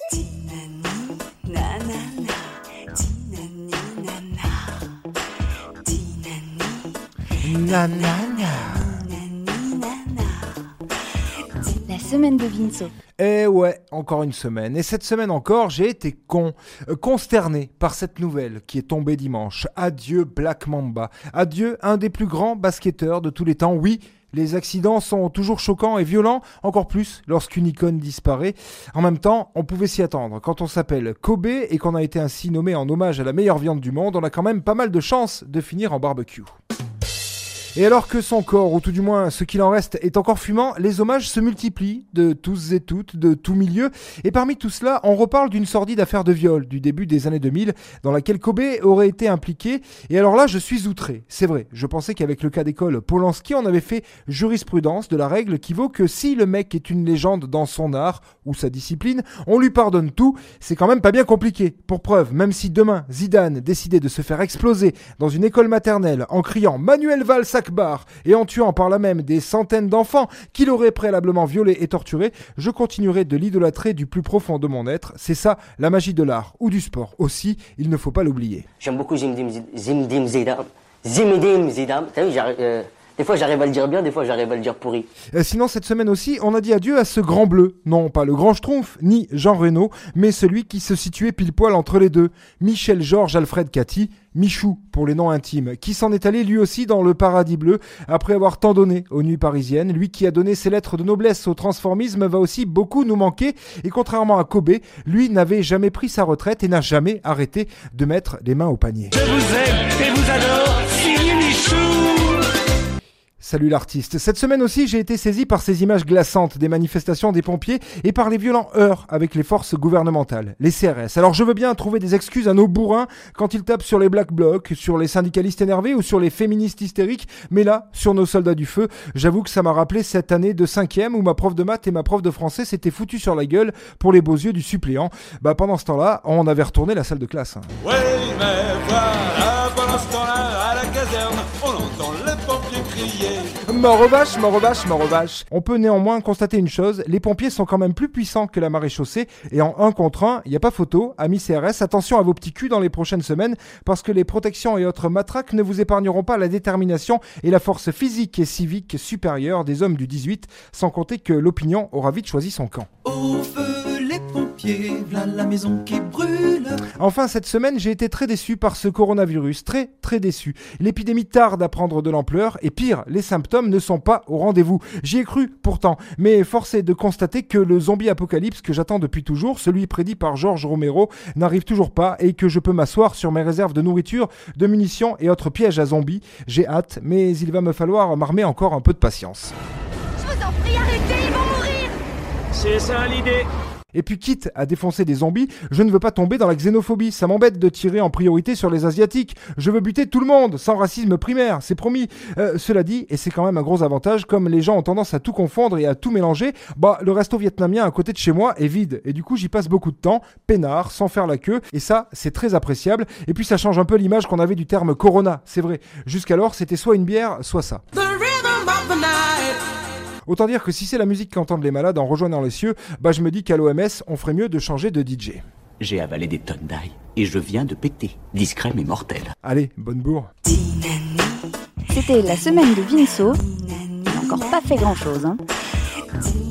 La semaine de Vinceau. Eh ouais, encore une semaine. Et cette semaine encore, j'ai été consterné par cette nouvelle qui est tombée dimanche. Adieu Black Mamba. Adieu un des plus grands basketteurs de tous les temps. Oui, les accidents sont toujours choquants et violents, encore plus lorsqu'une icône disparaît. En même temps, on pouvait s'y attendre. Quand on s'appelle Kobe et qu'on a été ainsi nommé en hommage à la meilleure viande du monde, on a quand même pas mal de chances de finir en barbecue. Et alors que son corps, ou tout du moins ce qu'il en reste, est encore fumant, les hommages se multiplient, de tous et toutes, de tout milieu. Et parmi tout cela, on reparle d'une sordide affaire de viol du début des années 2000, dans laquelle Kobe aurait été impliqué. Et alors là, je suis outré. C'est vrai, je pensais qu'avec le cas d'école Polanski, on avait fait jurisprudence de la règle qui vaut que si le mec est une légende dans son art ou sa discipline, on lui pardonne tout. C'est quand même pas bien compliqué. Pour preuve, même si demain, Zidane décidait de se faire exploser dans une école maternelle en criant « Manuel Valls Akbar » et en tuant par là même des centaines d'enfants qu'il aurait préalablement violés et torturés, je continuerai de l'idolâtrer du plus profond de mon être. C'est ça, la magie de l'art ou du sport aussi, il ne faut pas l'oublier. J'aime beaucoup Zinedine Zidane. T'as vu, des fois j'arrive à le dire bien, des fois j'arrive à le dire pourri. Sinon cette semaine aussi, on a dit adieu à ce grand bleu. Non, pas le grand Schtroumpf, ni Jean Reno, mais celui qui se situait pile poil entre les deux. Michel Georges Alfred Cathy, Michou pour les noms intimes, qui s'en est allé lui aussi dans le paradis bleu, après avoir tant donné aux nuits parisiennes. Lui qui a donné ses lettres de noblesse au transformisme va aussi beaucoup nous manquer, et contrairement à Kobe, lui n'avait jamais pris sa retraite et n'a jamais arrêté de mettre les mains au panier. Je vous aime et vous adore, signé Michou. Salut l'artiste. Cette semaine aussi, j'ai été saisi par ces images glaçantes des manifestations des pompiers et par les violents heurts avec les forces gouvernementales, les CRS. Alors je veux bien trouver des excuses à nos bourrins quand ils tapent sur les Black Blocs, sur les syndicalistes énervés ou sur les féministes hystériques, mais là, sur nos soldats du feu, j'avoue que ça m'a rappelé cette année de 5e où ma prof de maths et ma prof de français s'étaient foutus sur la gueule pour les beaux yeux du suppléant. Pendant ce temps-là, on avait retourné la salle de classe. Oui, mais voilà, pendant ce temps-là, à la caserne, on entend les pompiers crier. Mort aux vaches. On peut néanmoins constater une chose, les pompiers sont quand même plus puissants que la maréchaussée et en 1 contre 1, il n'y a pas photo. Amis CRS, attention à vos petits culs dans les prochaines semaines parce que les protections et autres matraques ne vous épargneront pas la détermination et la force physique et civique supérieure des hommes du 18, sans compter que l'opinion aura vite choisi son camp. Au feu les pompiers, v'là la maison qui brûle. Enfin, cette semaine, j'ai été très déçu par ce coronavirus, très déçu. L'épidémie tarde à prendre de l'ampleur et pire, les symptômes ne sont pas au rendez-vous. J'y ai cru pourtant, mais force est de constater que le zombie apocalypse que j'attends depuis toujours, celui prédit par George Romero, n'arrive toujours pas et que je peux m'asseoir sur mes réserves de nourriture, de munitions et autres pièges à zombies. J'ai hâte, mais il va me falloir m'armer encore un peu de patience. Je vous en prie, arrêtez, ils vont mourir. C'est ça l'idée. Et puis quitte à défoncer des zombies, je ne veux pas tomber dans la xénophobie. Ça m'embête de tirer en priorité sur les Asiatiques. Je veux buter tout le monde, sans racisme primaire, c'est promis. Cela dit, et c'est quand même un gros avantage, comme les gens ont tendance à tout confondre et à tout mélanger, le resto vietnamien à côté de chez moi est vide. Et du coup, j'y passe beaucoup de temps, peinard, sans faire la queue. Et ça, c'est très appréciable. Et puis ça change un peu l'image qu'on avait du terme Corona, c'est vrai. Jusqu'alors, c'était soit une bière, soit ça. Autant dire que si c'est la musique qu'entendent les malades en rejoignant les cieux, je me dis qu'à l'OMS, on ferait mieux de changer de DJ. J'ai avalé des tonnes d'ail et je viens de péter. Discret mais mortel. Allez, bonne bourre. C'était la semaine de Vinceau. Il n'a encore pas fait grand-chose, hein.